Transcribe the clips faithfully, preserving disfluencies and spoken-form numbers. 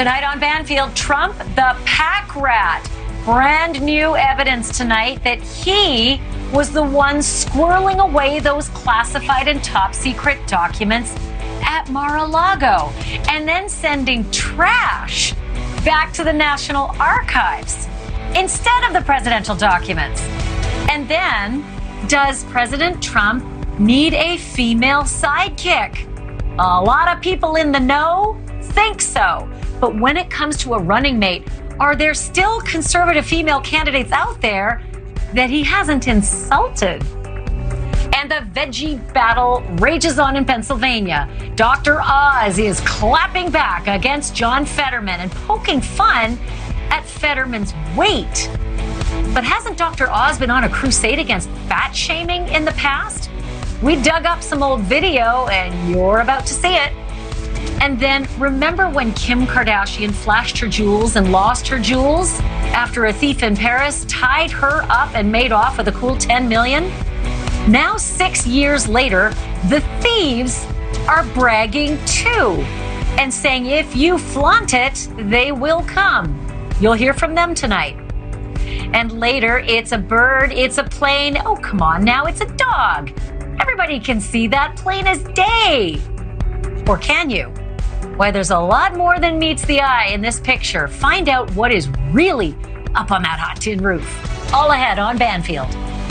Tonight on Banfield, Trump, the pack rat. Brand new evidence tonight that he was the one squirreling away those classified and top secret documents at Mar-a-Lago and then sending trash back to the National Archives instead of the presidential documents. And then, does President Trump need a female sidekick? A lot of people in the know think so. But when it comes to a running mate, are there still conservative female candidates out there that he hasn't insulted? And the veggie battle rages on in Pennsylvania. Doctor Oz is clapping back against John Fetterman and poking fun at Fetterman's weight. But hasn't Doctor Oz been on a crusade against fat shaming in the past? We dug up some old video, and you're about to see it. And then remember when Kim Kardashian flashed her jewels and lost her jewels after a thief in Paris tied her up and made off with a cool ten million dollars? Now, six years later, the thieves are bragging too and saying if you flaunt it, they will come. You'll hear from them tonight. And later, it's a bird, it's a plane. Oh, come on now, it's a dog. Everybody can see that plain as day. Or can you? Why, there's a lot more than meets the eye in this picture. Find out what is really up on that hot tin roof. All ahead on Banfield.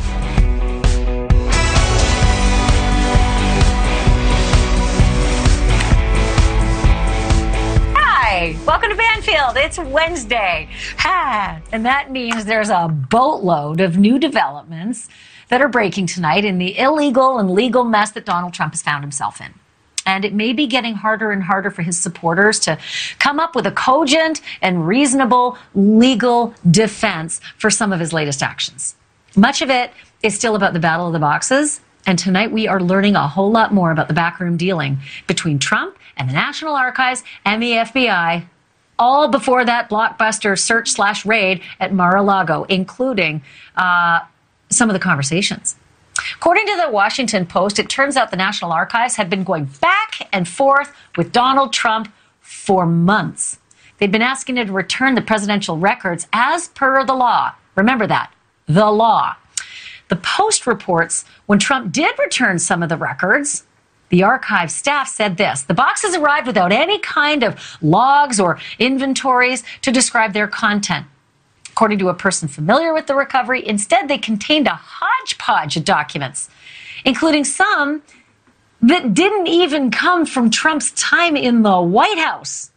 Hi, welcome to Banfield. It's Wednesday. Ha! And that means there's a boatload of new developments that are breaking tonight in the illegal and legal mess that Donald Trump has found himself in. And it may be getting harder and harder for his supporters to come up with a cogent and reasonable legal defense for some of his latest actions. Much of it is still about the battle of the boxes. And tonight we are learning a whole lot more about the backroom dealing between Trump and the National Archives and the F B I, all before that blockbuster search slash raid at Mar-a-Lago, including uh, some of the conversations. According to the Washington Post, it turns out the National Archives had been going back and forth with Donald Trump for months. They'd been asking him to return the presidential records as per the law. Remember that, the law. The Post reports when Trump did return some of the records, the archive staff said this: the boxes arrived without any kind of logs or inventories to describe their content. According to a person familiar with the recovery, instead they contained a hodgepodge of documents, including some that didn't even come from Trump's time in the White House,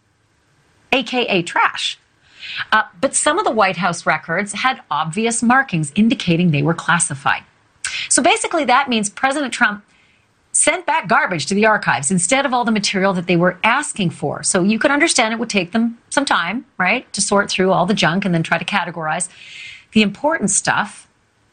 a k a trash. Uh, but some of the White House records had obvious markings indicating they were classified. So basically that means President Trump sent back garbage to the archives instead of all the material that they were asking for. So you could understand it would take them some time, right, to sort through all the junk and then try to categorize the important stuff.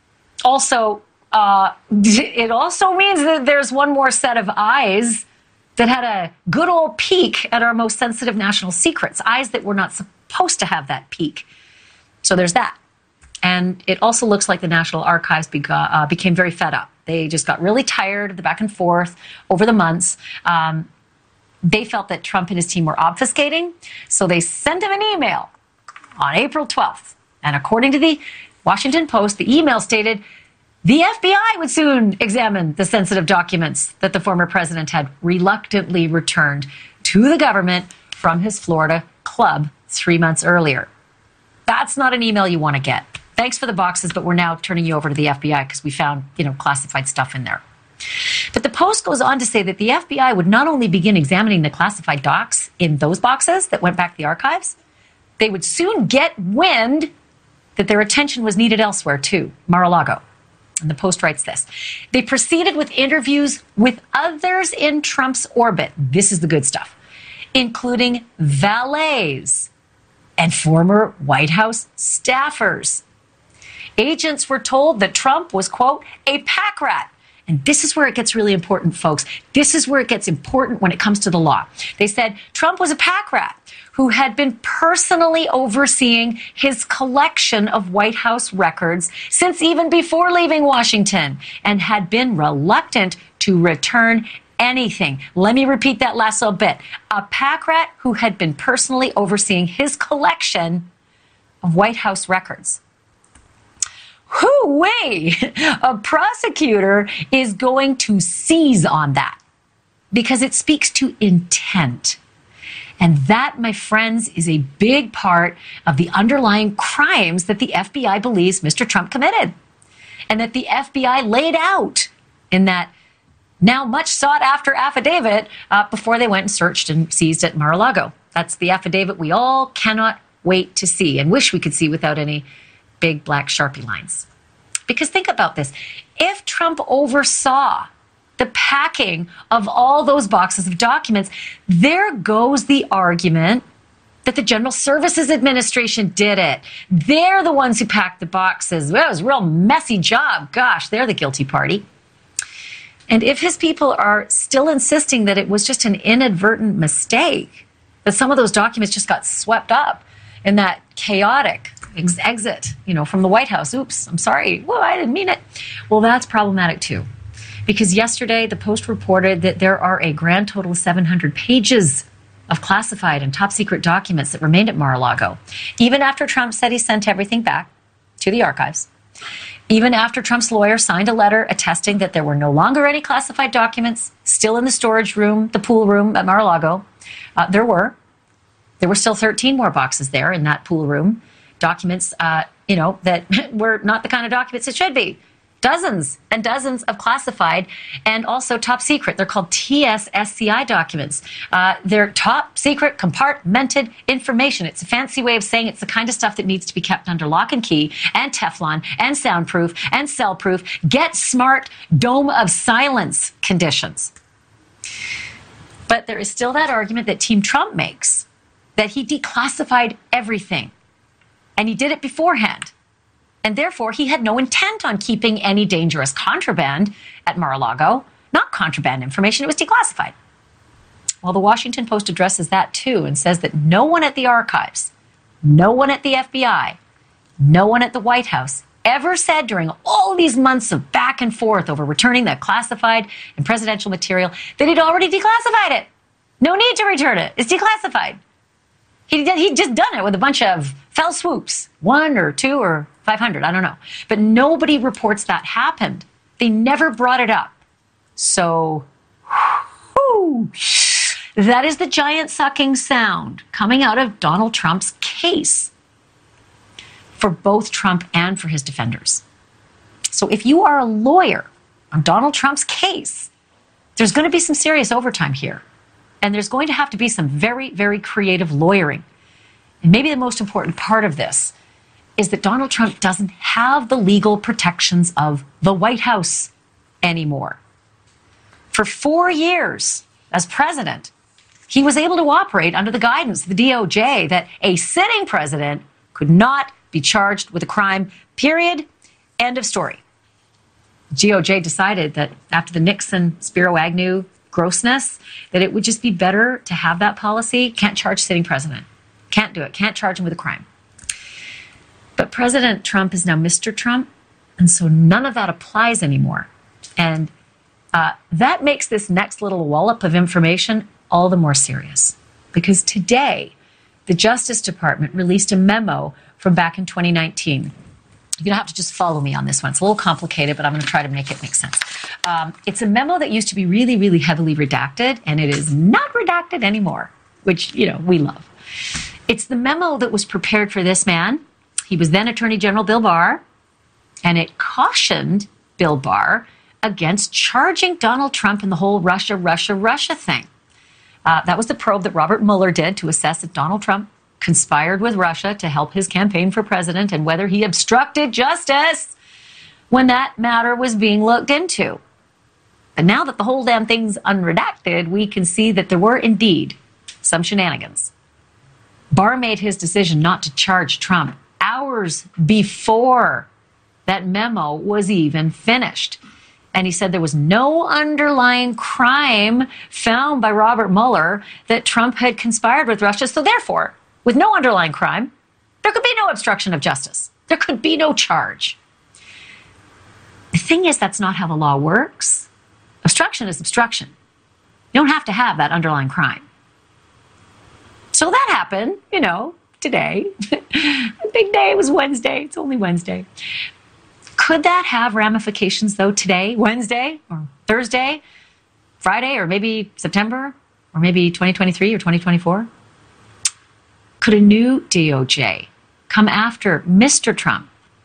Also, uh, it also means that there's one more set of eyes that had a good old peek at our most sensitive national secrets, eyes that were not supposed to have that peek. So there's that. And it also looks like the National Archives beca- uh, became very fed up. They just got really tired of the back and forth over the months. Um, they felt that Trump and his team were obfuscating, so they sent him an email on April twelfth. And according to the Washington Post, the email stated the F B I would soon examine the sensitive documents that the former president had reluctantly returned to the government from his Florida club three months earlier. That's not an email you want to get. Thanks for the boxes, but we're now turning you over to the F B I because we found, you know, classified stuff in there. But the Post goes on to say that the F B I would not only begin examining the classified docs in those boxes that went back to the archives, they would soon get wind that their attention was needed elsewhere too, Mar-a-Lago. And the Post writes this: they proceeded with interviews with others in Trump's orbit. This is the good stuff, including valets and former White House staffers. Agents were told that Trump was, quote, a pack rat. And this is where it gets really important, folks. This is where it gets important when it comes to the law. They said Trump was a pack rat who had been personally overseeing his collection of White House records since even before leaving Washington and had been reluctant to return anything. Let me repeat that last little bit. A pack rat who had been personally overseeing his collection of White House records. Hoo-wee! A prosecutor is going to seize on that because it speaks to intent. And that, my friends, is a big part of the underlying crimes that the F B I believes Mister Trump committed and that the F B I laid out in that now much sought after affidavit uh, before they went and searched and seized at Mar-a-Lago. That's the affidavit we all cannot wait to see and wish we could see without any big black Sharpie lines. Because think about this. If Trump oversaw the packing of all those boxes of documents, there goes the argument that the General Services Administration did it. They're the ones who packed the boxes. Well, it was a real messy job. Gosh, they're the guilty party. And if his people are still insisting that it was just an inadvertent mistake, that some of those documents just got swept up in that chaotic ex- exit, you know, from the White House. Oops, I'm sorry. Well, I didn't mean it. Well, that's problematic too. Because yesterday, the Post reported that there are a grand total of seven hundred pages of classified and top secret documents that remained at Mar-a-Lago, even after Trump said he sent everything back to the archives. Even after Trump's lawyer signed a letter attesting that there were no longer any classified documents still in the storage room, the pool room at Mar-a-Lago. Uh, there were. There were still thirteen more boxes there in that pool room. Documents, uh, you know, that were not the kind of documents it should be. Dozens and dozens of classified and also top secret. They're called T S S C I documents. Uh, they're top secret compartmented information. It's a fancy way of saying it's the kind of stuff that needs to be kept under lock and key and Teflon and soundproof and cell-proof. Get smart dome of silence conditions. But there is still that argument that Team Trump makes that he declassified everything and he did it beforehand. And therefore, he had no intent on keeping any dangerous contraband at Mar-a-Lago. Not contraband information, it was declassified. Well, the Washington Post addresses that too and says that no one at the archives, no one at the F B I, no one at the White House ever said during all these months of back and forth over returning that classified and presidential material that he'd already declassified it. No need to return it. It's declassified. He did, he'd just done it with a bunch of fell swoops, one or two or five hundred, I don't know. But nobody reports that happened. They never brought it up. So, whew, that is the giant sucking sound coming out of Donald Trump's case for both Trump and for his defenders. So if you are a lawyer on Donald Trump's case, there's going to be some serious overtime here. And there's going to have to be some very, very creative lawyering. And maybe the most important part of this is that Donald Trump doesn't have the legal protections of the White House anymore. For four years as president, he was able to operate under the guidance of the D O J that a sitting president could not be charged with a crime, period, end of story. The D O J decided that after the Nixon, Spiro Agnew grossness, that it would just be better to have that policy. Can't charge sitting president. Can't do it. Can't charge him with a crime. But President Trump is now Mister Trump, and so none of that applies anymore. And uh, that makes this next little wallop of information all the more serious. Because today, the Justice Department released a memo from back in twenty nineteen. You're going to have to just follow me on this one. It's a little complicated, but I'm going to try to make it make sense. Um, it's a memo that used to be really, really heavily redacted, and it is not redacted anymore, which, you know, we love. It's the memo that was prepared for this man. He was then Attorney General Bill Barr, and it cautioned Bill Barr against charging Donald Trump in the whole Russia, Russia, Russia thing. Uh, that was the probe that Robert Mueller did to assess if Donald Trump conspired with Russia to help his campaign for president and whether he obstructed justice when that matter was being looked into. And now that the whole damn thing's unredacted, we can see that there were indeed some shenanigans. Barr made his decision not to charge Trump hours before that memo was even finished. And he said there was no underlying crime found by Robert Mueller that Trump had conspired with Russia. So therefore, with no underlying crime, there could be no obstruction of justice. There could be no charge. The thing is, that's not how the law works. Obstruction is obstruction. You don't have to have that underlying crime. So that happened, you know, today. The big day was Wednesday. It's only Wednesday. Could that have ramifications, though, today, Wednesday, or Thursday, Friday, or maybe September, or maybe twenty twenty-three or twenty twenty-four? Could a new D O J come after Mister Trump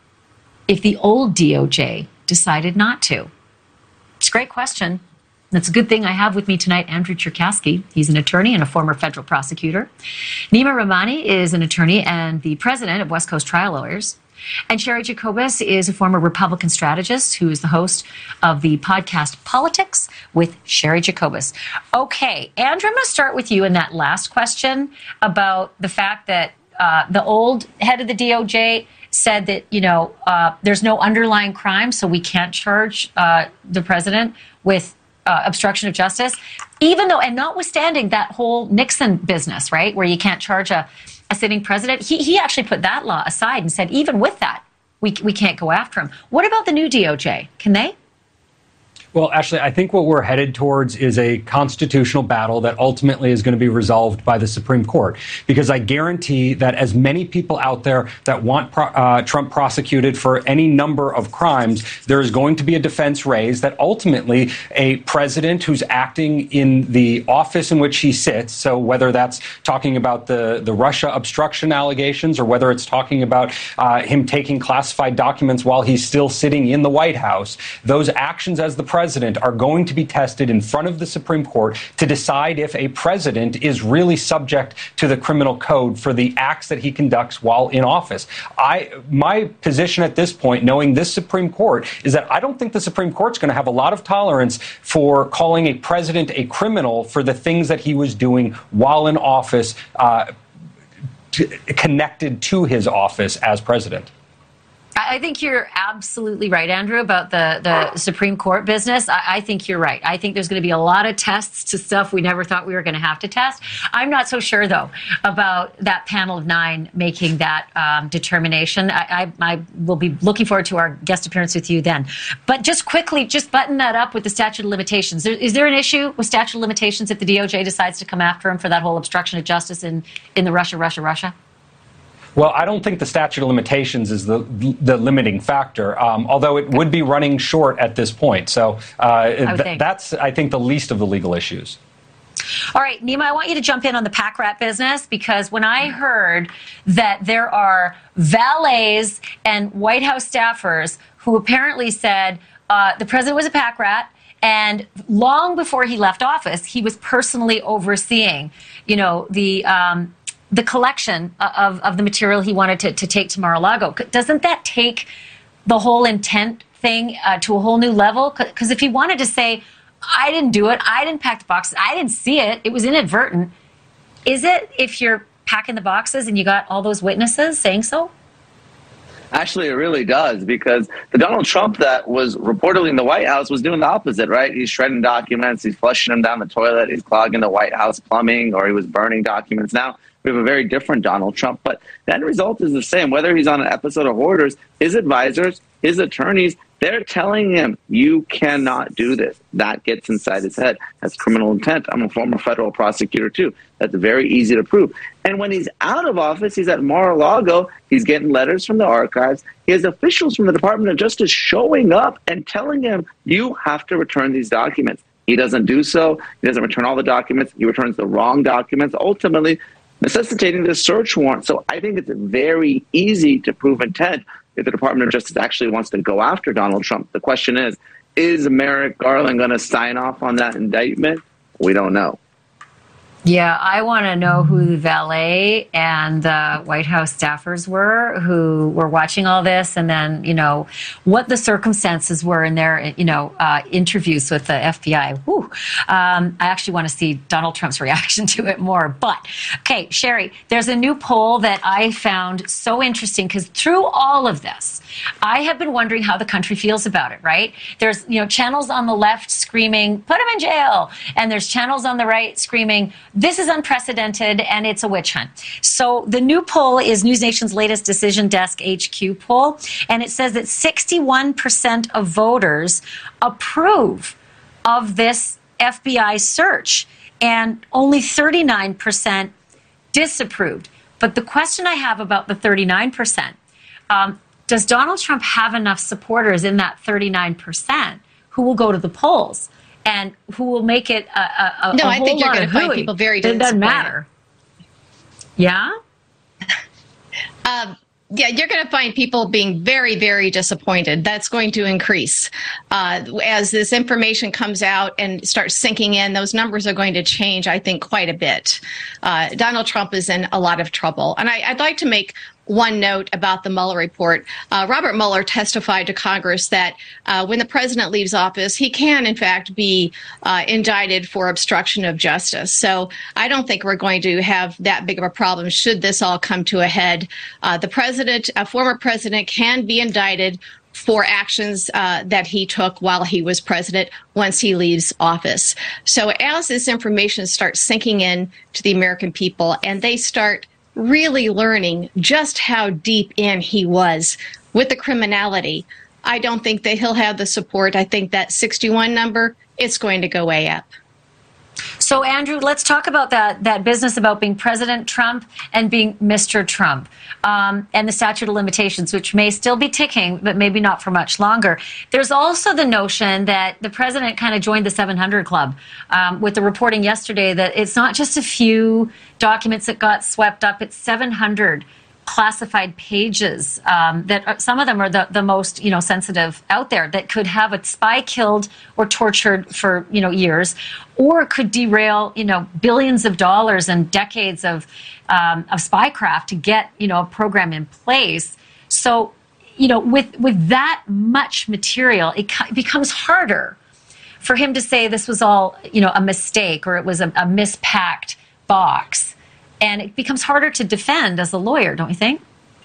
if the old D O J decided not to? It's a great question. That's a good thing I have with me tonight Andrew Cherkasky. He's an attorney and a former federal prosecutor. Nima Rahmani is an attorney and the president of West Coast Trial Lawyers. And Sherry Jacobus is a former Republican strategist who is the host of the podcast Politics with Sherry Jacobus. Okay, Andrew, I'm going to start with you in that last question about the fact that uh, the old head of the D O J said that, you know, uh, there's no underlying crime, so we can't charge uh, the president with uh, obstruction of justice, even though, and notwithstanding that whole Nixon business, right, where you can't charge a a sitting president, he, he actually put that law aside and said, even with that, we, we can't go after him. What about the new D O J? Can they? Well, actually, I think what we're headed towards is a constitutional battle that ultimately is going to be resolved by the Supreme Court, because I guarantee that as many people out there that want pro- uh, Trump prosecuted for any number of crimes, there is going to be a defense raised that ultimately a president who's acting in the office in which he sits, so whether that's talking about the, the Russia obstruction allegations or whether it's talking about uh, him taking classified documents while he's still sitting in the White House, those actions as the president are going to be tested in front of the Supreme Court to decide if a president is really subject to the criminal code for the acts that he conducts while in office. I, my position at this point, knowing this Supreme Court, is that I don't think the Supreme Court's going to have a lot of tolerance for calling a president a criminal for the things that he was doing while in office, uh, to, connected to his office as president. I think you're absolutely right, Andrew, about the, the Supreme Court business. I, I think you're right. I think there's going to be a lot of tests to stuff we never thought we were going to have to test. I'm not so sure, though, about that panel of nine making that um, determination. I, I, I will be looking forward to our guest appearance with you then. But just quickly, just button that up with the statute of limitations. Is there an issue with statute of limitations if the D O J decides to come after him for that whole obstruction of justice in, in the Russia, Russia, Russia? Well, I don't think the statute of limitations is the the limiting factor, um, although it would be running short at this point. So uh, th- that's, I think, the least of the legal issues. All right, Nima, I want you to jump in on the pack rat business, because when I heard that there are valets and White House staffers who apparently said uh, the president was a pack rat, and long before he left office, he was personally overseeing, you know, the um, the collection of, of the material he wanted to, to take to Mar-a-Lago. Doesn't that take the whole intent thing uh, to a whole new level? Because if he wanted to say, I didn't do it, I didn't pack the boxes, I didn't see it, it was inadvertent, is it if you're packing the boxes and you got all those witnesses saying so? Actually, it really does, because the Donald Trump that was reportedly in the White House was doing the opposite, right? He's shredding documents, he's flushing them down the toilet, he's clogging the White House plumbing, or he was burning documents. Now, we have a very different Donald Trump, but the end result is the same. Whether he's on an episode of Hoarders, his advisors, his attorneys, they're telling him, you cannot do this. That gets inside his head. That's criminal intent. I'm a former federal prosecutor, too. That's very easy to prove. And when he's out of office, he's at Mar-a-Lago, he's getting letters from the archives. He has officials from the Department of Justice showing up and telling him, you have to return these documents. He doesn't do so. He doesn't return all the documents. He returns the wrong documents, ultimately necessitating this search warrant. So I think it's very easy to prove intent if the Department of Justice actually wants to go after Donald Trump. The question is, is Merrick Garland going to sign off on that indictment? We don't know. Yeah, I want to know who the valet and the White House staffers were who were watching all this, and then, you know, what the circumstances were in their, you know, uh, interviews with the F B I. Whew. Um, I actually want to see Donald Trump's reaction to it more. But, okay, Sherry, there's a new poll that I found so interesting, because through all of this, I have been wondering how the country feels about it, right? There's, you know, channels on the left screaming, put him in jail. And there's channels on the right screaming, this is unprecedented and it's a witch hunt. So the new poll is NewsNation's latest Decision Desk H Q poll. And it says that sixty-one percent of voters approve of this F B I search, and only thirty-nine percent disapproved. But the question I have about the thirty-nine percent, um, does Donald Trump have enough supporters in that thirty-nine percent who will go to the polls and who will make it a, a, a no, a I whole think you're lot going of to find hooey? people very It doesn't disappointed. matter. Yeah? Um, yeah, you're going to find people being very, very disappointed. That's going to increase. Uh, as this information comes out and starts sinking in, those numbers are going to change, I think, quite a bit. Uh, Donald Trump is in a lot of trouble. And I, I'd like to make one note about the Mueller report. Uh, Robert Mueller testified to Congress that uh, when the president leaves office, he can, in fact, be uh, indicted for obstruction of justice. So I don't think we're going to have that big of a problem should this all come to a head. Uh, the president, a former president, can be indicted for actions uh, that he took while he was president once he leaves office. So as this information starts sinking in to the American people and they start really learning just how deep in he was with the criminality, I don't think that he'll have the support. I think that sixty-one number, it's going to go way up. So, Andrew, let's talk about that that business about being President Trump and being Mister Trump, um, and the statute of limitations, which may still be ticking, but maybe not for much longer. There's also the notion that the president kind of joined the seven hundred club um, with the reporting yesterday that it's not just a few documents that got swept up, it's seven hundred classified pages um, that are, some of them are the, the most, you know, sensitive out there, that could have a spy killed or tortured for, you know, years, or could derail, you know, billions of dollars and decades of um, of spycraft to get, you know, a program in place. So, you know, with with that much material, it becomes harder for him to say this was all, you know, a mistake or it was a, a mispacked box. And it becomes harder to defend as a lawyer, don't you think?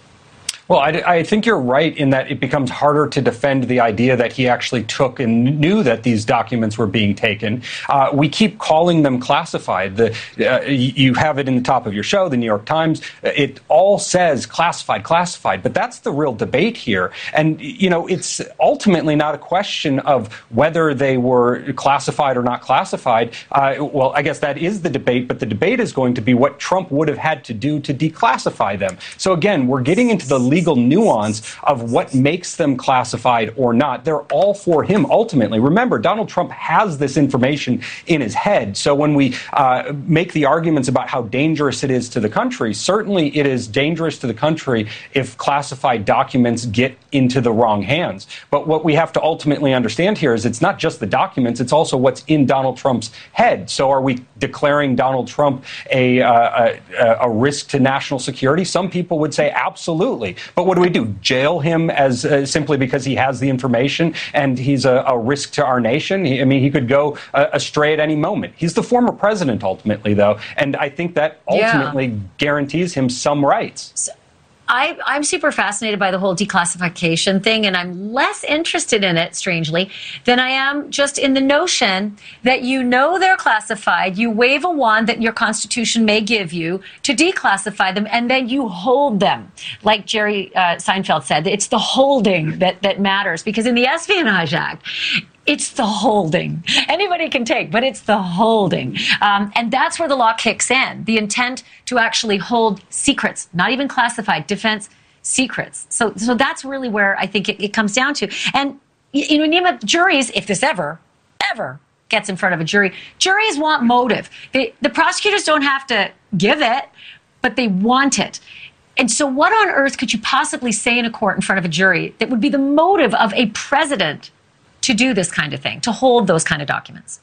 Well, I, I think you're right in that it becomes harder to defend the idea that he actually took and knew that these documents were being taken. Uh, we keep calling them classified. The, uh, you have it in the top of your show, the New York Times. It all says classified, classified. But that's the real debate here. And, you know, it's ultimately not a question of whether they were classified or not classified. Uh, well, I guess that is the debate. But the debate is going to be what Trump would have had to do to declassify them. So, again, we're getting into the legal legal nuance of what makes them classified or not. They're all for him ultimately. Remember, Donald Trump has this information in his head. So when we uh, make the arguments about how dangerous it is to the country, certainly it is dangerous to the country if classified documents get into the wrong hands. But what we have to ultimately understand here is it's not just the documents, it's also what's in Donald Trump's head. So are we declaring Donald Trump a, uh, a, a risk to national security? Some people would say absolutely. But what do we do? Jail him as uh, simply because he has the information and he's a, a risk to our nation? He, I mean, he could go uh, astray at any moment. He's the former president ultimately, though, and I think that ultimately yeah. guarantees him some rights. So I, I'm super fascinated by the whole declassification thing, and I'm less interested in it, strangely, than I am just in the notion that you know they're classified, you wave a wand that your Constitution may give you to declassify them, and then you hold them. Like Jerry uh, Seinfeld said, it's the holding that, that matters, because in the Espionage Act, it's the holding. Anybody can take, but it's the holding. Um, and that's where the law kicks in. The intent to actually hold secrets, not even classified, defense secrets. So so that's really where I think it, it comes down to. And, you know, name of juries, if this ever, ever gets in front of a jury, juries want motive. They, the prosecutors don't have to give it, but they want it. And so what on earth could you possibly say in a court in front of a jury that would be the motive of a president to do this kind of thing, to hold those kind of documents?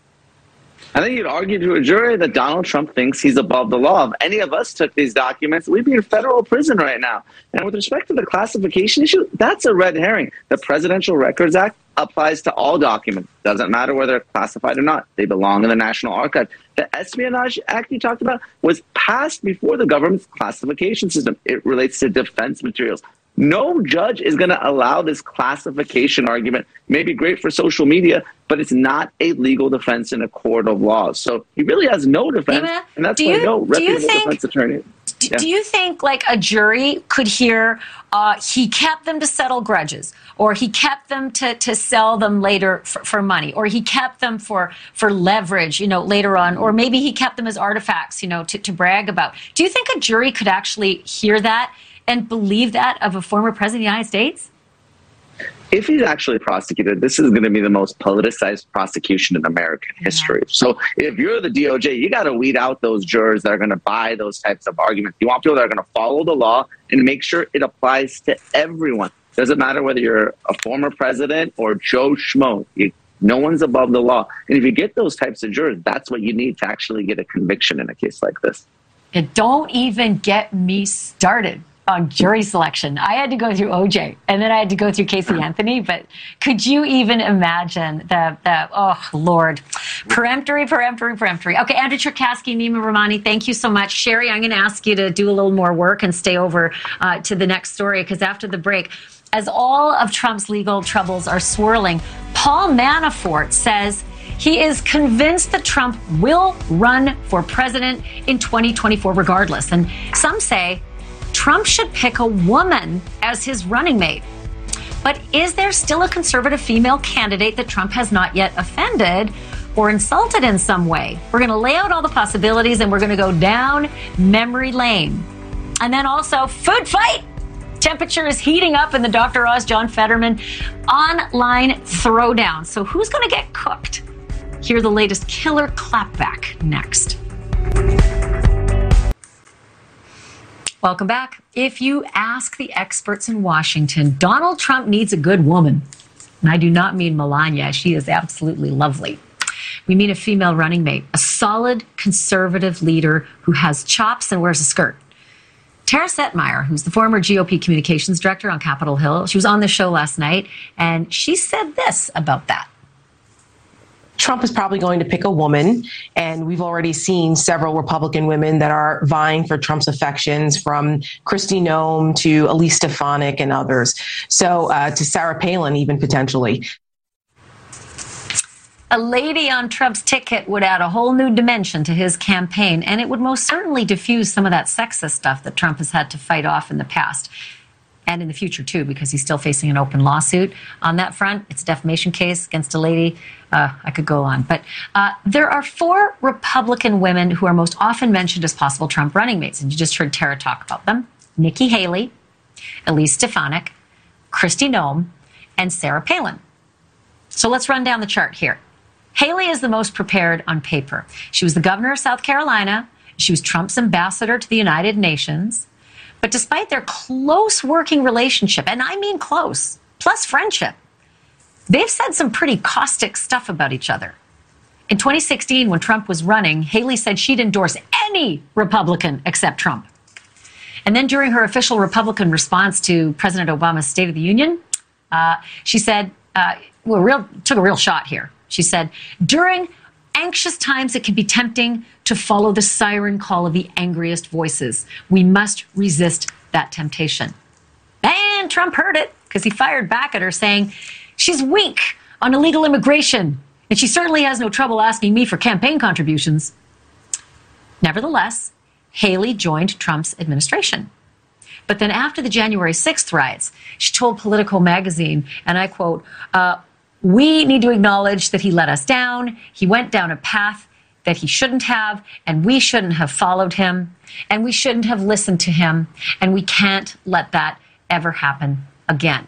I think you'd argue to a jury that Donald Trump thinks he's above the law. If any of us took these documents, we'd be in federal prison right now. And with respect to the classification issue, that's a red herring. The Presidential Records Act applies to all documents. Doesn't matter whether they're classified or not. They belong in the National Archive. The Espionage Act you talked about was passed before the government's classification system. It relates to defense materials. No judge is going to allow this classification argument. Maybe great for social media, but it's not a legal defense in a court of law. So he really has no defense, Eva, and that's do why you, no reputable think, defense attorney. Do, Yeah. do you think like a jury could hear uh, he kept them to settle grudges, or he kept them to, to sell them later for, for money, or he kept them for, for leverage, you know, later on, or maybe he kept them as artifacts, you know, to, to brag about? Do you think a jury could actually hear that and believe that of a former president of the United States? If he's actually prosecuted, this is going to be the most politicized prosecution in American history. So if you're the D O J, you got to weed out those jurors that are going to buy those types of arguments. You want people that are going to follow the law and make sure it applies to everyone. Doesn't matter whether you're a former president or Joe Schmo. You, no one's above the law. And if you get those types of jurors, that's what you need to actually get a conviction in a case like this. And don't even get me started on jury selection. I had to go through O J, and then I had to go through Casey Anthony, but could you even imagine the, the oh, Lord. Peremptory, peremptory, peremptory. Okay, Andrew Cherkasky, Nima Rahmani, thank you so much. Sherry, I'm going to ask you to do a little more work and stay over uh, to the next story, because after the break, as all of Trump's legal troubles are swirling, Paul Manafort says he is convinced that Trump will run for president in twenty twenty-four regardless. And some say Trump should pick a woman as his running mate. But is there still a conservative female candidate that Trump has not yet offended or insulted in some way? We're going to lay out all the possibilities, and we're going to go down memory lane. And then also food fight. Temperature is heating up in the Doctor Oz, John Fetterman online throwdown. So who's going to get cooked? Hear the latest killer clapback next. Welcome back. If you ask the experts in Washington, Donald Trump needs a good woman. And I do not mean Melania. She is absolutely lovely. We mean a female running mate, a solid conservative leader who has chops and wears a skirt. Tara Setmeyer, who's the former G O P communications director on Capitol Hill, she was on the show last night, and she said this about that. Trump is probably going to pick a woman, and we've already seen several Republican women that are vying for Trump's affections, from Kristi Noem to Elise Stefanik and others. So uh, to Sarah Palin, even potentially. A lady on Trump's ticket would add a whole new dimension to his campaign, and it would most certainly diffuse some of that sexist stuff that Trump has had to fight off in the past. And in the future, too, because he's still facing an open lawsuit on that front. It's a defamation case against a lady. Uh, I could go on. But uh, there are four Republican women who are most often mentioned as possible Trump running mates. And you just heard Tara talk about them. Nikki Haley, Elise Stefanik, Kristi Noem, and Sarah Palin. So let's run down the chart here. Haley is the most prepared on paper. She was the governor of South Carolina. She was Trump's ambassador to the United Nations. But despite their close working relationship, and I mean close, plus friendship, they've said some pretty caustic stuff about each other. In twenty sixteen, when Trump was running, Haley said she'd endorse any Republican except Trump. And then during her official Republican response to President Obama's State of the Union, uh, she said, uh, well, real, took a real shot here. She said, during anxious times, it can be tempting to follow the siren call of the angriest voices. We must resist that temptation. And Trump heard it, because he fired back at her saying, she's weak on illegal immigration, and she certainly has no trouble asking me for campaign contributions. Nevertheless, Haley joined Trump's administration. But then after the January sixth riots, she told Politico magazine, and I quote, uh, we need to acknowledge that he let us down. He went down a path that he shouldn't have, and we shouldn't have followed him, and we shouldn't have listened to him, and we can't let that ever happen again.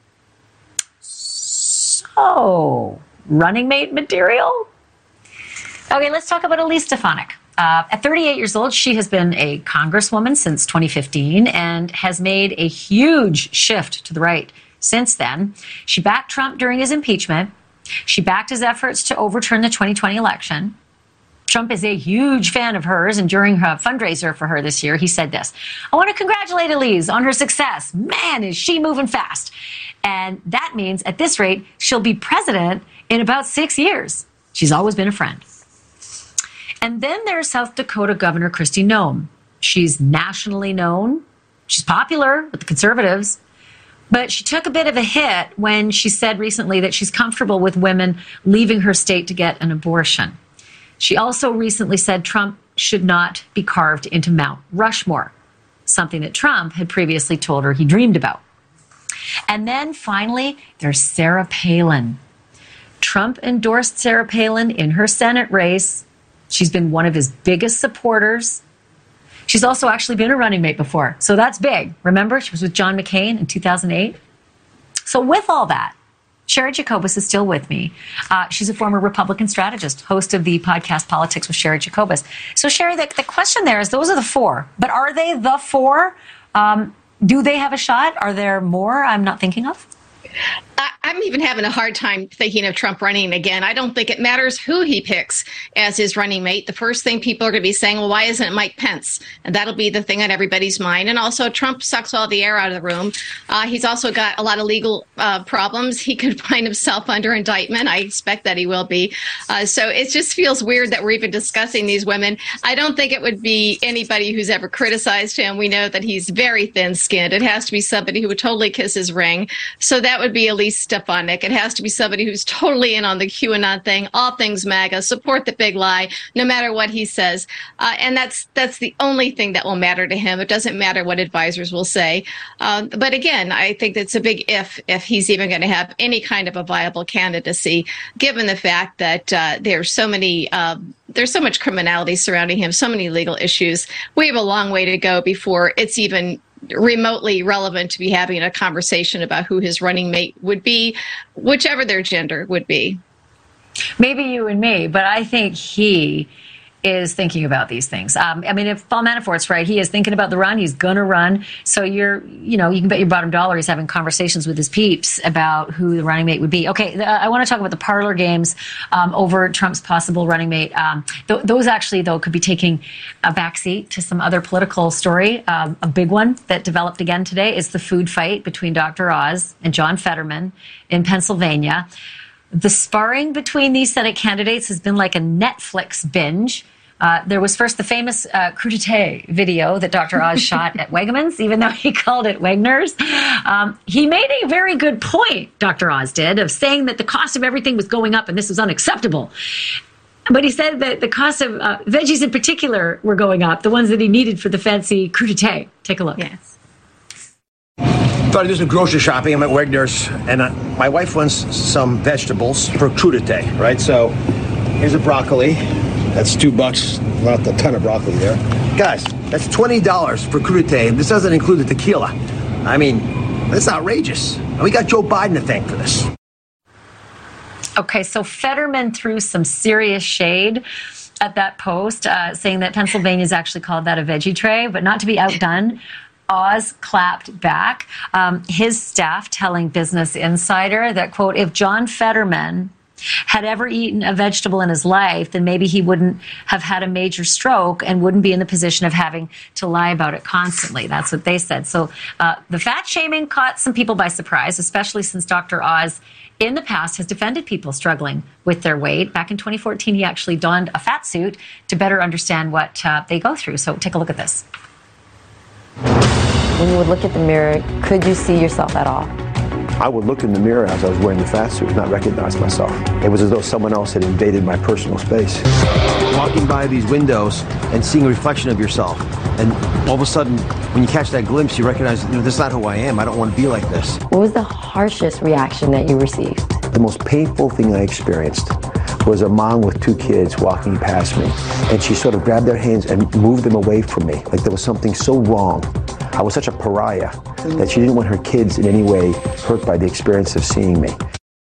So, running mate material? Okay, let's talk about Elise Stefanik. Uh, at thirty-eight years old, she has been a congresswoman since twenty fifteen and has made a huge shift to the right since then. She backed Trump during his impeachment. She backed his efforts to overturn the twenty twenty election. Trump is a huge fan of hers, and during her fundraiser for her this year, he said this: I want to congratulate Elise on her success. Man, is she moving fast. And that means at this rate, she'll be president in about six years. She's always been a friend. And then there's South Dakota Governor Kristi Noem. She's nationally known. She's popular with the conservatives. But she took a bit of a hit when she said recently that she's comfortable with women leaving her state to get an abortion. She also recently said Trump should not be carved into Mount Rushmore. something that Trump had previously told her he dreamed about. And then finally, there's Sarah Palin. Trump endorsed Sarah Palin in her Senate race. She's been one of his biggest supporters. She's also actually been a running mate before, so that's big. Remember, she was with John McCain in two thousand eight. So with all that, Sherry Jacobus is still with me. Uh, she's a former Republican strategist, host of the podcast Politics with Sherry Jacobus. So Sherry, the, the question there is, those are the four, but are they the four? Um, do they have a shot? Are there more I'm not thinking of? I'm even having a hard time thinking of Trump running again. I don't think it matters who he picks as his running mate. The first thing people are going to be saying, well, why isn't it Mike Pence? And that'll be the thing on everybody's mind. And also, Trump sucks all the air out of the room. Uh, he's also got a lot of legal uh, problems. He could find himself under indictment. I expect that he will be. Uh, so it just feels weird that we're even discussing these women. I don't think it would be anybody who's ever criticized him. We know that he's very thin-skinned. It has to be somebody who would totally kiss his ring. So that would be Elise Stefanik. It has to be somebody who's totally in on the QAnon thing, all things MAGA, support the big lie, no matter what he says. Uh, and that's that's the only thing that will matter to him. It doesn't matter what advisors will say. Um, but again, I think it's a big if, if he's even going to have any kind of a viable candidacy, given the fact that uh, there's so many, uh, there's so much criminality surrounding him, so many legal issues. We have a long way to go before it's even remotely relevant to be having a conversation about who his running mate would be, whichever their gender would be. Maybe you and me, but I think he is thinking about these things. Um, I mean, if Paul Manafort's right, he is thinking about the run. He's going to run. So you're, you know, you can bet your bottom dollar he's having conversations with his peeps about who the running mate would be. Okay, the, I want to talk about the parlor games um, over Trump's possible running mate. Um, th- those actually, though, could be taking a backseat to some other political story. Um, a big one that developed again today is the food fight between Doctor Oz and John Fetterman in Pennsylvania. The sparring between these Senate candidates has been like a Netflix binge. Uh, there was first the famous uh, crudité video that Doctor Oz shot at Wegmans, even though he called it Wegner's. Um, he made a very good point, Doctor Oz did, of saying that the cost of everything was going up and this was unacceptable. But he said that the cost of uh, veggies in particular were going up, the ones that he needed for the fancy crudité. Take a look. Yes. Thought I'd do some grocery shopping. I'm at Wegner's, and uh, my wife wants some vegetables for crudité, right? So here's a broccoli. That's two bucks. Not a ton of broccoli there. Guys, that's twenty dollars for crudité, and this doesn't include the tequila. I mean, that's outrageous. And we got Joe Biden to thank for this. Okay, so Fetterman threw some serious shade at that post, uh, saying that Pennsylvania's actually called that a veggie tray, but not to be outdone. Oz clapped back. Um, his staff telling Business Insider that, quote, if John Fetterman had ever eaten a vegetable in his life, then maybe he wouldn't have had a major stroke and wouldn't be in the position of having to lie about it constantly. That's what they said. So uh, the fat shaming caught some people by surprise, especially since Doctor Oz in the past has defended people struggling with their weight. Back in twenty fourteen, he actually donned a fat suit to better understand what uh, they go through. So take a look at this. When you would look at the mirror, could you see yourself at all? I would look in the mirror as I was wearing the fat suit and not recognize myself. It was as though someone else had invaded my personal space. Walking by these windows and seeing a reflection of yourself. And all of a sudden, when you catch that glimpse, you recognize, you know, this is not who I am. I don't want to be like this. What was the harshest reaction that you received? The most painful thing I experienced was a mom with two kids walking past me. And she sort of grabbed their hands and moved them away from me. Like there was something so wrong. I was such a pariah that she didn't want her kids in any way hurt by the experience of seeing me.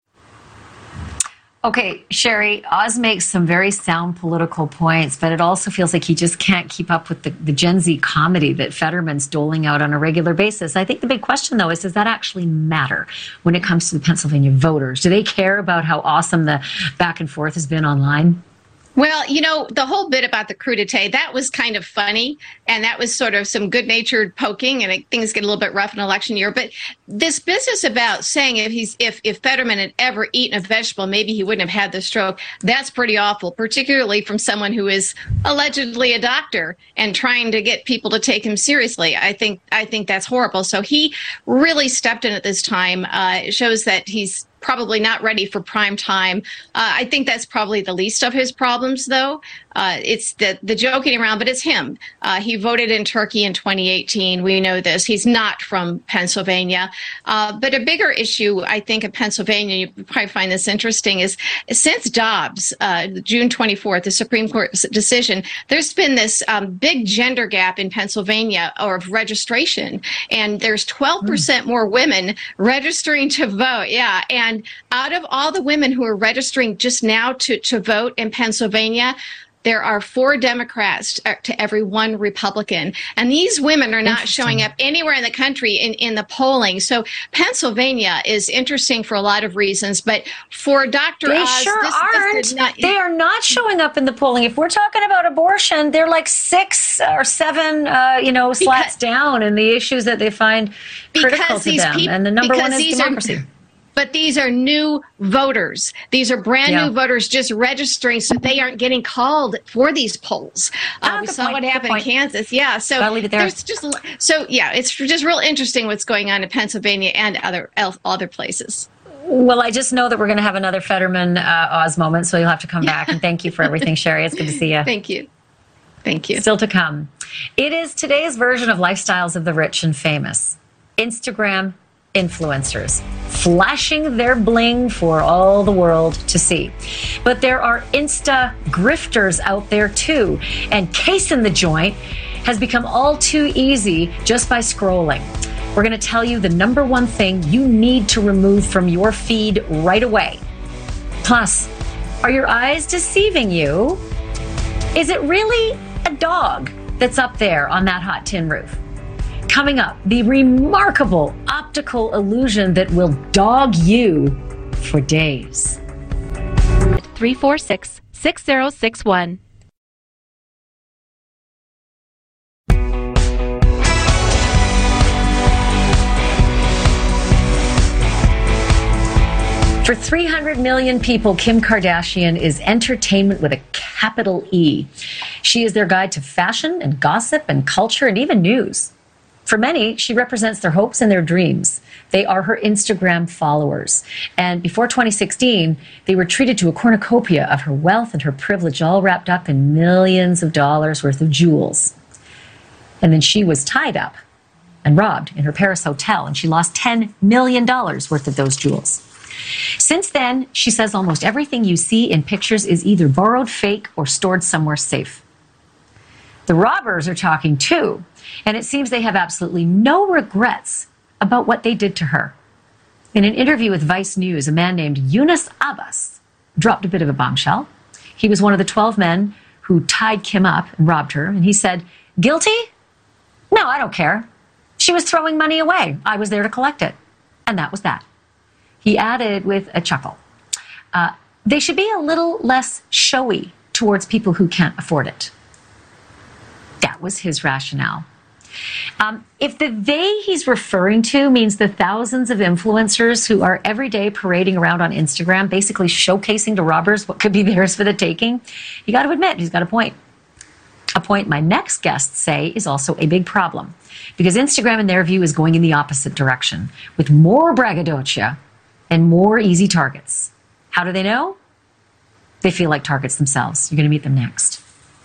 Okay, Sherry, Oz makes some very sound political points, but it also feels like he just can't keep up with the, the Gen Z comedy that Fetterman's doling out on a regular basis. I think the big question, though, is does that actually matter when it comes to the Pennsylvania voters? Do they care about how awesome the back and forth has been online? Well, you know, the whole bit about the crudité, that was kind of funny. And that was sort of some good-natured poking, and it, things get a little bit rough in election year. But this business about saying if he's if, if Fetterman had ever eaten a vegetable, maybe he wouldn't have had the stroke, that's pretty awful, particularly from someone who is allegedly a doctor and trying to get people to take him seriously. I think I think that's horrible. So he really stepped in at this time. Uh, it shows that he's probably not ready for prime time. Uh, I think that's probably the least of his problems, though. uh, it's the, the joking around, but it's him. Uh, he voted in Turkey in twenty eighteen. We know this. He's not from Pennsylvania. Uh, but a bigger issue, I think, in Pennsylvania, you probably find this interesting, is since Dobbs, uh, June twenty-fourth, the Supreme Court decision, there's been this um, big gender gap in Pennsylvania or of registration. And there's twelve percent mm. more women registering to vote. Yeah. And out of all the women who are registering just now to, to vote in Pennsylvania, there are four Democrats to every one Republican. And these women are not showing up anywhere in the country in, in the polling. So Pennsylvania is interesting for a lot of reasons. But for Doctor They Oz, sure this, aren't. this did not, they are not showing up in the polling. If we're talking about abortion, they're like six or seven, uh, you know, slats because, down in the issues that they find critical to them. Peop- and the number one is democracy. Are, But these are new voters. These are brand yeah. new voters just registering, so they aren't getting called for these polls. Uh, oh, we saw point, what happened in Kansas. Yeah, so I'll leave it there. There's just so yeah, it's just real interesting what's going on in Pennsylvania and other other places. Well, I just know that we're going to have another Fetterman uh, Oz moment, so you'll have to come back. And thank you for everything, Sherry. It's good to see you. Thank you. Thank you. Still to come. It is today's version of Lifestyles of the Rich and Famous. Instagram influencers flashing their bling for all the world to see. But there are Insta grifters out there too. And case in the joint has become all too easy just by scrolling. We're going to tell you the number one thing you need to remove from your feed right away. Plus, are your eyes deceiving you? Is it really a dog that's up there on that hot tin roof? Coming up, the remarkable optical illusion that will dog you for days. three four six, six zero six one. For three hundred million people, Kim Kardashian is entertainment with a capital E. She is their guide to fashion and gossip and culture and even news. For many, she represents their hopes and their dreams. They are her Instagram followers. And before twenty sixteen, they were treated to a cornucopia of her wealth and her privilege, all wrapped up in millions of dollars worth of jewels. And then she was tied up and robbed in her Paris hotel, and she lost ten million dollars worth of those jewels. Since then, she says almost everything you see in pictures is either borrowed, fake, or stored somewhere safe. The robbers are talking too, and it seems they have absolutely no regrets about what they did to her. In an interview with Vice News, a man named Yunus Abbas dropped a bit of a bombshell. He was one of the twelve men who tied Kim up and robbed her, and he said, "Guilty? No, I don't care. She was throwing money away. I was there to collect it." And that was that. He added with a chuckle, uh, they should be a little less showy towards people who can't afford it. That was his rationale. Um, if the they he's referring to means the thousands of influencers who are every day parading around on Instagram, basically showcasing to robbers what could be theirs for the taking, you got to admit he's got a point. A point my next guests say is also a big problem, because Instagram, in their view, is going in the opposite direction, with more braggadocio and more easy targets. How do they know? They feel like targets themselves. You're going to meet them next.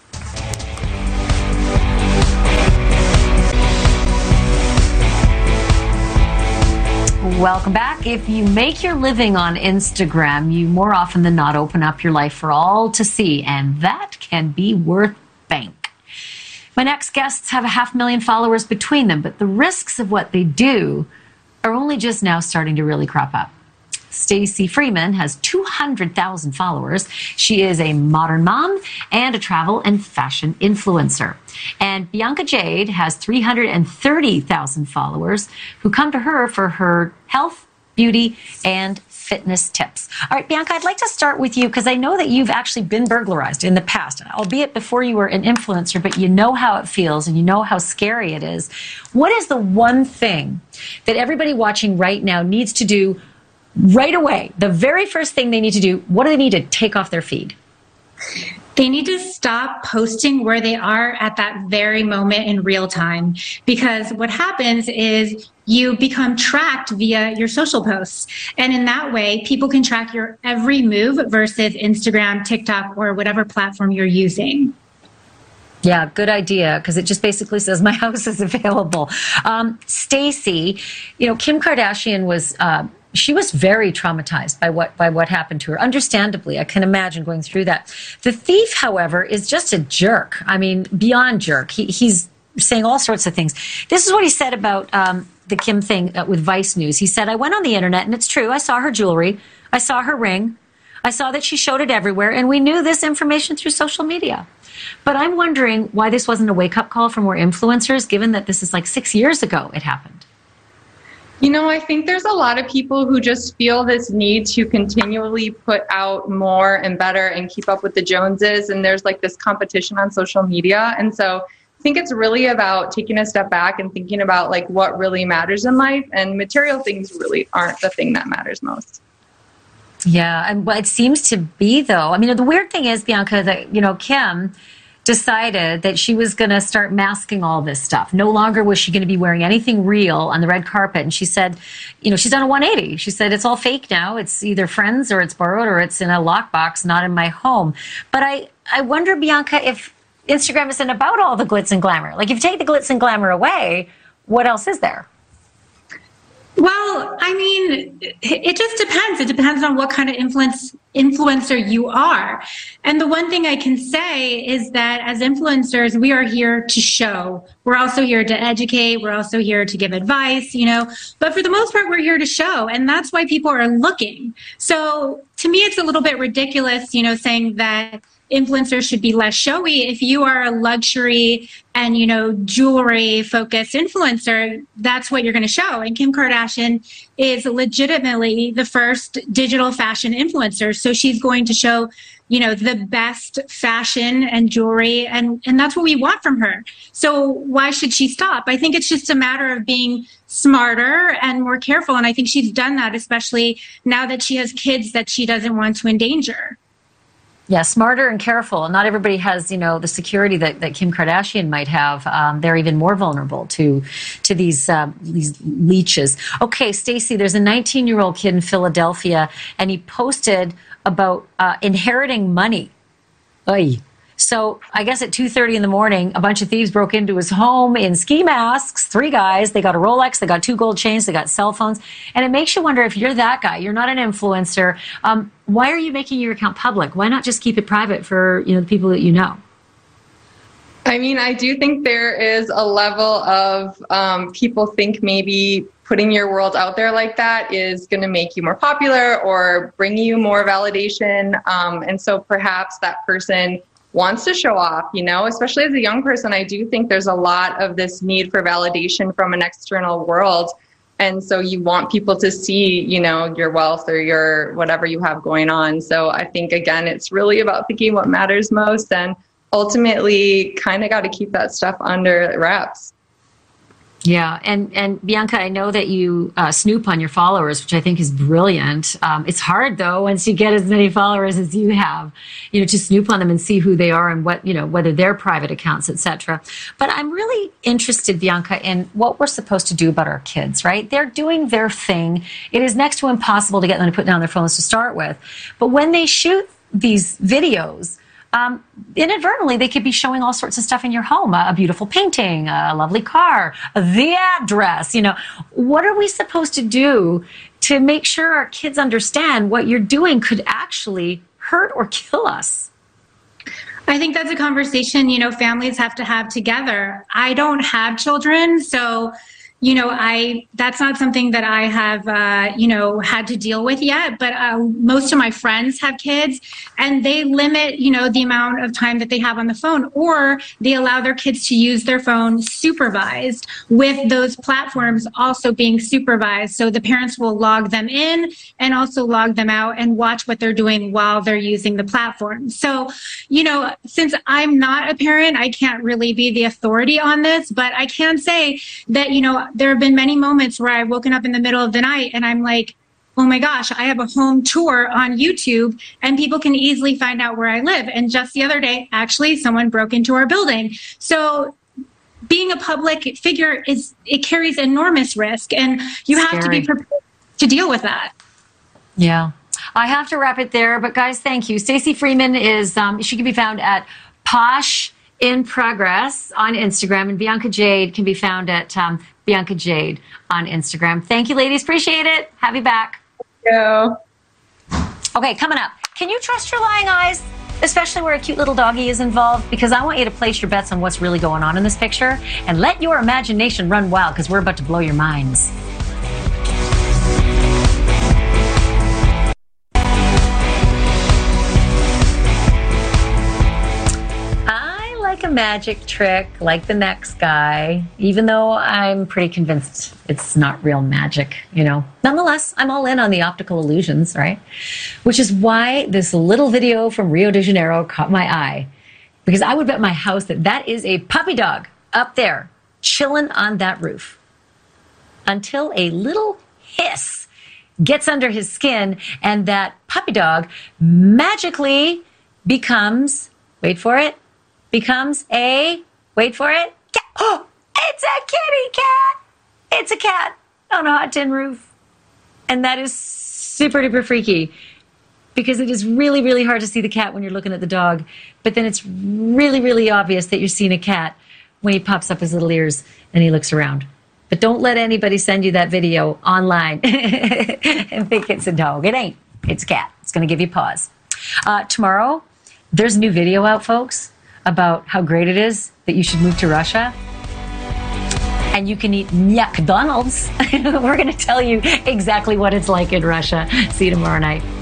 Welcome back. If you make your living on Instagram, you more often than not open up your life for all to see, and that can be worth bank. My next guests have a half million followers between them, but the risks of what they do are only just now starting to really crop up. Stacey Freeman has two hundred thousand followers. She is a modern mom and a travel and fashion influencer. And Bianca Jade has three hundred thirty thousand followers who come to her for her health, beauty, and fitness tips. All right, Bianca, I'd like to start with you because I know that you've actually been burglarized in the past, albeit before you were an influencer, but you know how it feels and you know how scary it is. What is the one thing that everybody watching right now needs to do right away? The very first thing they need to do, what do they need to take off their feed? They need to stop posting where they are at that very moment in real time, because what happens is you become tracked via your social posts. And in that way, people can track your every move versus Instagram, TikTok, or whatever platform you're using. Yeah, good idea, because it just basically says my house is available. Um, Stacey, you know, Kim Kardashian was... Uh, She was very traumatized by what by what happened to her. Understandably, I can imagine going through that. The thief, however, is just a jerk. I mean, beyond jerk. He, he's saying all sorts of things. This is what he said about um, the Kim thing uh, with Vice News. He said, I went on the internet, and it's true. I saw her jewelry. I saw her ring. I saw that she showed it everywhere, and we knew this information through social media. But I'm wondering why this wasn't a wake-up call for more influencers, given that this is like six years ago it happened. You know, I think there's a lot of people who just feel this need to continually put out more and better and keep up with the Joneses. And there's like this competition on social media. And so I think it's really about taking a step back and thinking about like what really matters in life. And material things really aren't the thing that matters most. Yeah. And what it seems to be, though, I mean, the weird thing is, Bianca, that, you know, Kim decided that she was going to start masking all this stuff. No longer was she going to be wearing anything real on the red carpet. And she said, you know, she's done a one eighty. She said, it's all fake now. It's either friends or it's borrowed or it's in a lockbox, not in my home. But I, I wonder, Bianca, if Instagram isn't about all the glitz and glamour. Like, if you take the glitz and glamour away, what else is there? Well, I mean, it just depends. It depends on what kind of influence influencer you are. And the one thing I can say is that as influencers, we are here to show. We're also here to educate. We're also here to give advice, you know, but for the most part, we're here to show. And that's why people are looking. So to me, it's a little bit ridiculous, you know, saying that influencers should be less showy. If you are a luxury and, you know, jewelry focused influencer, that's what you're going to show. And Kim Kardashian is legitimately the first digital fashion influencer. So she's going to show, you know, the best fashion and jewelry. And, and that's what we want from her. So why should she stop? I think it's just a matter of being smarter and more careful. And I think she's done that, especially now that she has kids that she doesn't want to endanger. Yeah, smarter and careful. Not everybody has, you know, the security that, that Kim Kardashian might have. Um, they're even more vulnerable to to these uh, these leeches. Okay, Stacey, there's a nineteen-year-old kid in Philadelphia, and he posted about uh, inheriting money. Oy. So I guess at two thirty in the morning, a bunch of thieves broke into his home in ski masks, three guys. They got a Rolex, they got two gold chains, they got cell phones. And it makes you wonder, if you're that guy, you're not an influencer, um, why are you making your account public? Why not just keep it private for, you know, the people that you know? I mean, I do think there is a level of um, people think maybe putting your world out there like that is going to make you more popular or bring you more validation. Um, and so perhaps that person wants to show off, you know, especially as a young person. I do think there's a lot of this need for validation from an external world. And so you want people to see, you know, your wealth or your whatever you have going on. So I think, again, it's really about thinking what matters most, and ultimately kind of got to keep that stuff under wraps. Yeah. And, and Bianca, I know that you uh, snoop on your followers, which I think is brilliant. Um, it's hard, though, once you get as many followers as you have, you know, to snoop on them and see who they are and what, you know, whether they're private accounts, et cetera. But I'm really interested, Bianca, in what we're supposed to do about our kids, right? They're doing their thing. It is next to impossible to get them to put down their phones to start with. But when they shoot these videos, Um, inadvertently, they could be showing all sorts of stuff in your home, a, a beautiful painting, a lovely car, the address. You know, what are we supposed to do to make sure our kids understand what you're doing could actually hurt or kill us? I think that's a conversation, you know, families have to have together. I don't have children, so you know, I that's not something that I have, uh, you know, had to deal with yet. But uh, most of my friends have kids, and they limit, you know, the amount of time that they have on the phone, or they allow their kids to use their phone supervised, with those platforms also being supervised. So the parents will log them in and also log them out and watch what they're doing while they're using the platform. So, you know, since I'm not a parent, I can't really be the authority on this, but I can say that, you know, there have been many moments where I've woken up in the middle of the night and I'm like, oh my gosh, I have a home tour on YouTube and people can easily find out where I live. And just the other day, actually, someone broke into our building. So being a public figure is, it carries enormous risk, and you Scary. have to be prepared to deal with that. Yeah. I have to wrap it there, but guys, thank you. Stacey Freeman is, um, she can be found at Posh in Progress on Instagram, and Bianca Jade can be found at um, Bianca Jade on Instagram. Thank you, ladies. Appreciate it. Have you back. Yeah. Okay, coming up. Can you trust your lying eyes, especially where a cute little doggy is involved? Because I want you to place your bets on what's really going on in this picture and let your imagination run wild, because we're about to blow your minds. A magic trick like the next guy, even though I'm pretty convinced it's not real magic, you know. Nonetheless, I'm all in on the optical illusions, right? Which is why this little video from Rio de Janeiro caught my eye, because I would bet my house that that is a puppy dog up there chilling on that roof until a little hiss gets under his skin and that puppy dog magically becomes, wait for it, becomes a, wait for it, cat. Oh, it's a kitty cat. It's a cat on a hot tin roof. And that is super duper freaky, because it is really, really hard to see the cat when you're looking at the dog. But then it's really, really obvious that you're seeing a cat when he pops up his little ears and he looks around. But don't let anybody send you that video online and think it's a dog. It ain't. It's a cat. It's going to give you pause. Uh, tomorrow, there's a new video out, folks, about how great it is that you should move to Russia and you can eat McDonald's. We're going to tell you exactly what it's like in Russia. See you tomorrow night.